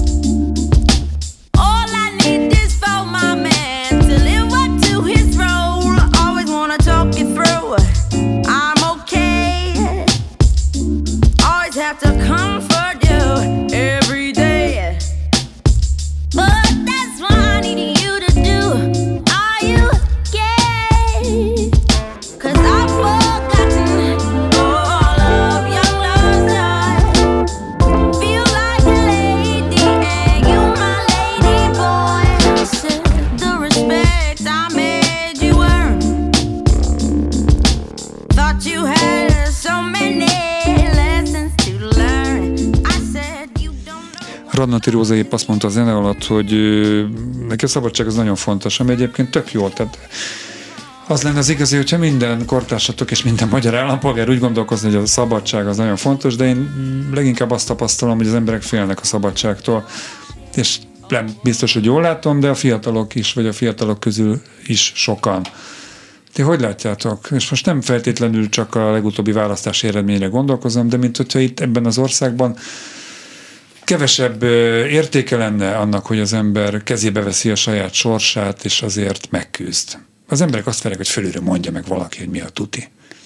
All I need is for my man to live up to his role. Always wanna talk it through. I'm okay. Always have to comfort you every day. But that's what I need you to do. Are you gay? 'Cause I've forgotten all of young love's joy. Feel like a lady and you my lady boy. Said the respect I made you earn. Thought you had so many lessons to learn. I said you don't know. Radnóti Róza épp azt mondta a zene alatt, hogy ö, neki a szabadság az nagyon fontos, ami egyébként tök jó. Tehát az lenne az igazi, hogyha minden kortársatok és minden magyar állampolgár úgy gondolkozni, hogy a szabadság az nagyon fontos, de én leginkább azt tapasztalom, hogy az emberek félnek a szabadságtól. És nem biztos, hogy jól látom, de a fiatalok is, vagy a fiatalok közül is sokan. Ti hogy látjátok? És most nem feltétlenül csak a legutóbbi választási eredményre gondolkozom, de mint hogyha itt ebben az országban kevesebb ö, értéke lenne annak, hogy az ember kezébe veszi a saját sorsát, és azért megküzd. Az emberek azt várják, hogy fölülről mondja meg valaki, hogy mi a tuti.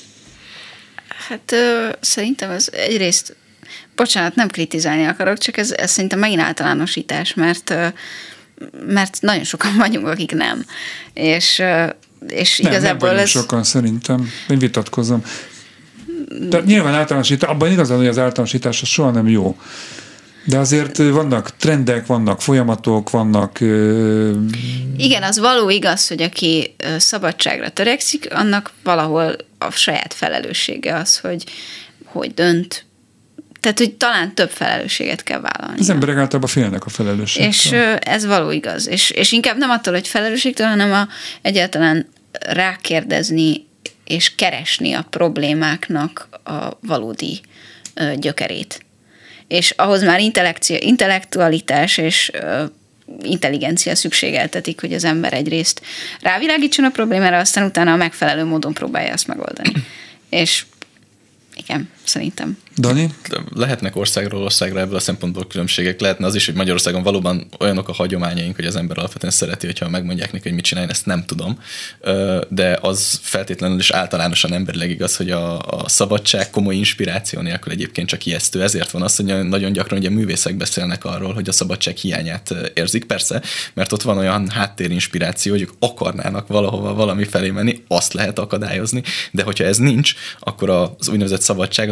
Hát ö, szerintem ez egyrészt, bocsánat, nem kritizálni akarok, csak ez, ez szerintem megint általánosítás, mert, ö, mert nagyon sokan vagyunk, akik nem. És, ö, és Nem, igazából nem ez... sokan szerintem. Én vitatkozom. Tehát nyilván általánosítás, abban igazán, hogy az általánosítás az soha nem jó. De azért vannak trendek, vannak folyamatok, vannak... Ö... Igen, az való igaz, hogy aki ö, szabadságra törekszik, annak valahol a saját felelőssége az, hogy hogy dönt. Tehát, hogy talán több felelősséget kell vállalni. Az emberek általában félnek a felelősségtől. És ö, ez való igaz. És, és inkább nem attól, hogy felelősségtől, hanem a, egyáltalán rákérdezni és keresni a problémáknak a valódi ö, gyökerét. És ahhoz már intellektualitás és ö, intelligencia szükségeltetik, hogy az ember egyrészt rávilágítson a problémára, aztán utána a megfelelő módon próbálja azt megoldani. És igen, szerintem. Dani? De lehetnek országról országra ebből a szempontból különbségek. Lehetne az is, hogy Magyarországon valóban olyanok a hagyományaink, hogy az ember alapvetően szereti, hogyha megmondják neki, hogy mit csinálni, ezt nem tudom. De az feltétlenül is általánosan emberileg igaz, hogy a, a szabadság komoly inspiráció nélkül egyébként csak ijesztő. Ezért van az, hogy nagyon gyakran ugye művészek beszélnek arról, hogy a szabadság hiányát érzik. Persze, mert ott van olyan háttérinspiráció, hogy ők akarnának valahova valami felé menni, azt lehet akadályozni, de hogyha ez nincs, akkor az úgynevezett szabadság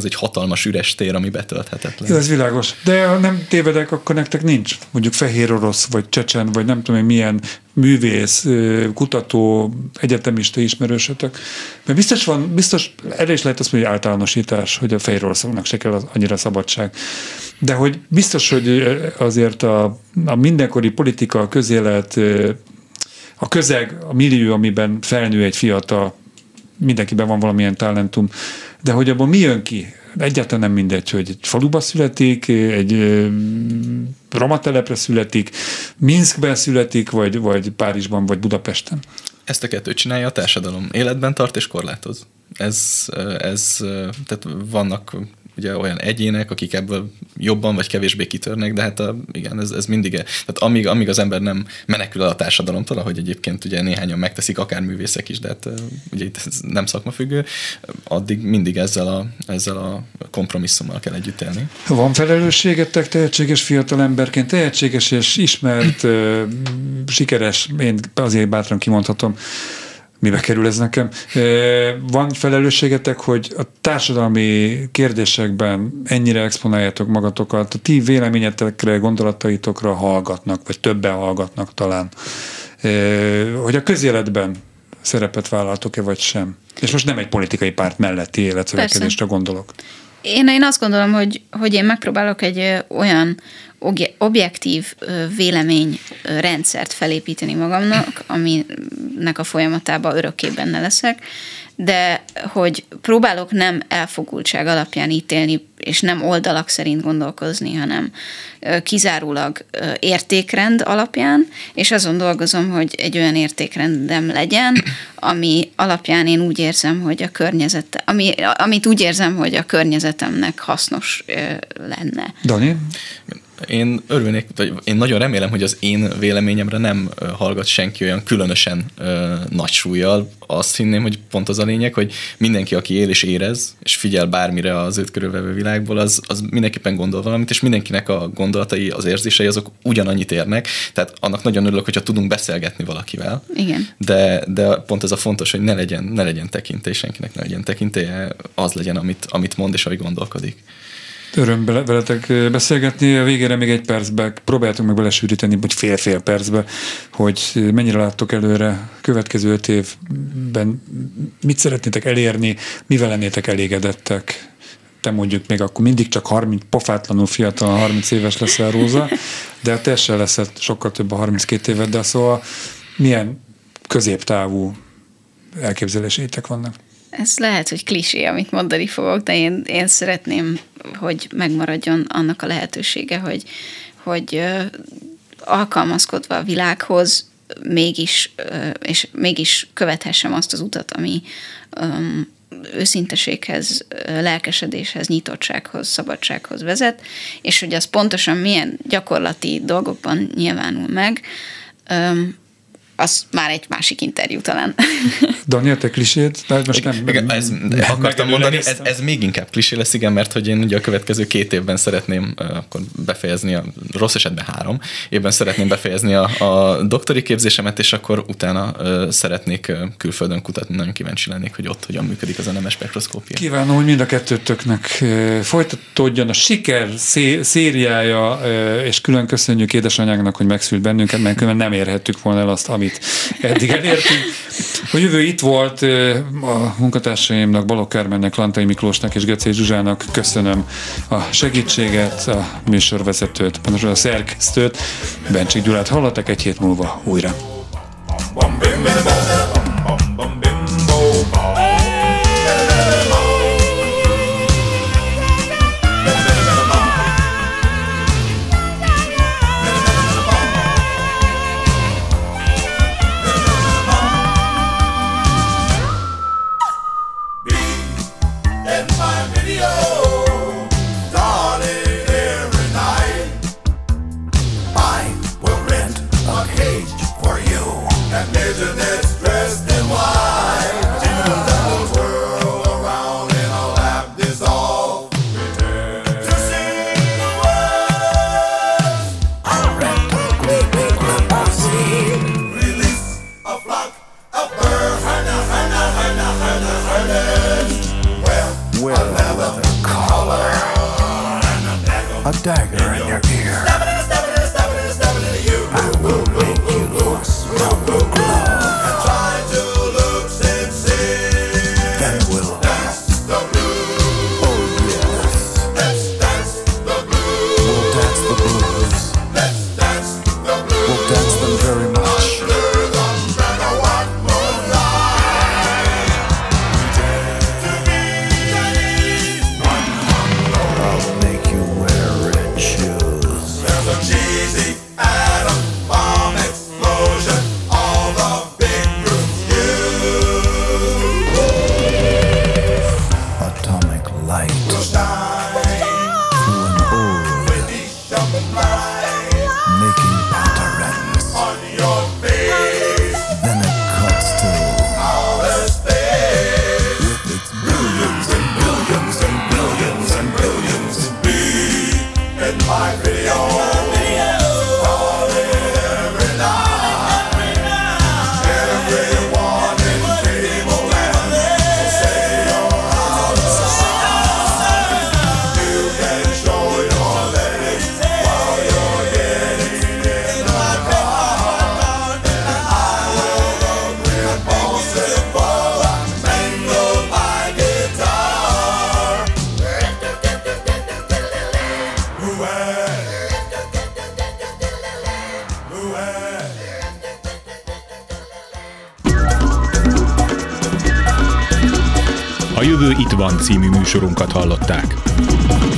az egy hatalmas üres tér, ami betölthetetlen. Jó, ez világos. De ha nem tévedek, akkor nektek nincs mondjuk fehér orosz, vagy csecsen, vagy nem tudom én milyen művész, kutató, egyetemista ismerősötök. Mert biztos van, biztos erre is lehet azt mondani, hogy általánosítás, hogy a fehér oroszoknak se kell annyira szabadság. De hogy biztos, hogy azért a, a mindenkori politika, a közélet, a közeg, a millió, amiben felnő egy fiatal, mindenkiben van valamilyen talentum, de hogy abban mi jön ki? Egyáltalán nem mindegy, hogy egy faluba születik, egy romatelepre születik, Minskben születik, vagy, vagy Párizsban, vagy Budapesten. Ezt a kettőt csinálja a társadalom. Életben tart és korlátoz. Ez, ez tehát vannak ugye olyan egyének, akik ebből jobban vagy kevésbé kitörnek, de hát a, igen, ez, ez mindig, tehát amíg, amíg az ember nem menekül el a társadalomtól, ahogy egyébként ugye néhányan megteszik, akár művészek is, de hát ugye itt ez nem szakmafüggő, addig mindig ezzel a, ezzel a kompromisszummal kell együtt élni. Van felelősségetek tehetséges fiatal emberként, tehetséges és ismert, sikeres, én azért bátran kimondhatom, mibe kerül ez nekem. Van felelősségetek, hogy a társadalmi kérdésekben ennyire exponáljátok magatokat, a ti véleményetekre, gondolataitokra hallgatnak, vagy többen hallgatnak talán. Hogy a közéletben szerepet vállaltok-e, vagy sem? És most nem egy politikai párt melletti életszövekedésre gondolok. Én, én azt gondolom, hogy, hogy én megpróbálok egy olyan objektív véleményrendszert felépíteni magamnak, aminek a folyamatában örökké benne leszek, de hogy próbálok nem elfogultság alapján ítélni, és nem oldalak szerint gondolkozni, hanem kizárólag értékrend alapján, és azon dolgozom, hogy egy olyan értékrendem legyen, ami alapján én úgy érzem, hogy a környezet, ami, amit úgy érzem, hogy a környezetemnek hasznos lenne. Dani? Én örülnék, vagy én nagyon remélem, hogy az én véleményemre nem hallgat senki olyan különösen ö, nagy súllyal. Azt hinném, hogy pont az a lényeg, hogy mindenki, aki él és érez, és figyel bármire az őt körülvevő világból, az, az mindenképpen gondol valamit, és mindenkinek a gondolatai, az érzései, azok ugyanannyit érnek. Tehát annak nagyon örülök, hogyha tudunk beszélgetni valakivel. Igen. De, de pont ez a fontos, hogy ne legyen, ne legyen tekintély, senkinek ne legyen tekintélye, az legyen, amit, amit mond és ahogy gondolkodik. Öröm veletek beszélgetni. A végére még egy percbe próbáljátok meg belesűríteni, vagy fél-fél percbe, hogy mennyire láttok előre következő öt évben, mit szeretnétek elérni, mivel lennétek elégedettek. Te mondjuk még akkor mindig csak harminc, pofátlanul fiatal, harminc éves leszel, Róza, de te se leszel sokkal több a harminckét évet, de szóval milyen középtávú elképzelésétek vannak? Ez lehet, hogy klisé, amit mondani fogok, de én, én szeretném, hogy megmaradjon annak a lehetősége, hogy, hogy alkalmazkodva a világhoz mégis, és mégis követhessem azt az utat, ami őszinteséghez, lelkesedéshez, nyitottsághoz, szabadsághoz vezet, és hogy az pontosan milyen gyakorlati dolgokban nyilvánul meg, az már egy másik interjú talán. Daniel, te klisét? De most nem, igen, ez, nem akartam mondani, ez, ez még inkább klisé lesz, igen, mert hogy én ugye a következő két évben szeretném uh, akkor befejezni, a rossz esetben három évben szeretném befejezni a, a doktori képzésemet, és akkor utána uh, szeretnék uh, külföldön kutatni. Nagyon kíváncsi lennék, hogy ott hogyan működik az en em es spektroszkópia. Kívánom, hogy mind a kettőtöknek uh, folytatódjon a siker szé- szériája, uh, és külön köszönjük édesanyáknak, hogy megszült bennünket, mert különben nem érhettük volna el azt, amit eddig elértünk. A jövő itt volt, a munkatársaimnak, Balogh Kármennek, Lantai Miklósnak és Göcé Zsuzsának köszönöm a segítséget, a műsorvezetőt, pontosan a szerkesztőt, Bencsik Gyulát hallottak egy hét múlva újra. Isn't it dressed in white? dagger in your ear. I will make you smell the glove. Try to look sincere. Then we'll dance the blues. Oh yes. Let's dance the blues. We'll dance the blues. Let's dance the blues. We'll dance them very much. Under the megawatt moonlight. Pretend to be Chinese. I'll make you wear red shoes. There's a cheesy atom bomb explosion. All the big groups use. Atomic light will shine through an old Venetian light, making patterns on your face. Then it cuts to outer space with its billions and billions and billions and billions of me in my video. All every night, everyone in cable land will say you're out of sight. You can show your legs while you're getting in the car, and I will look repulsive while I mangle my guitar. Hooray! Hooray! A Jövő itt van című műsorunkat hallották.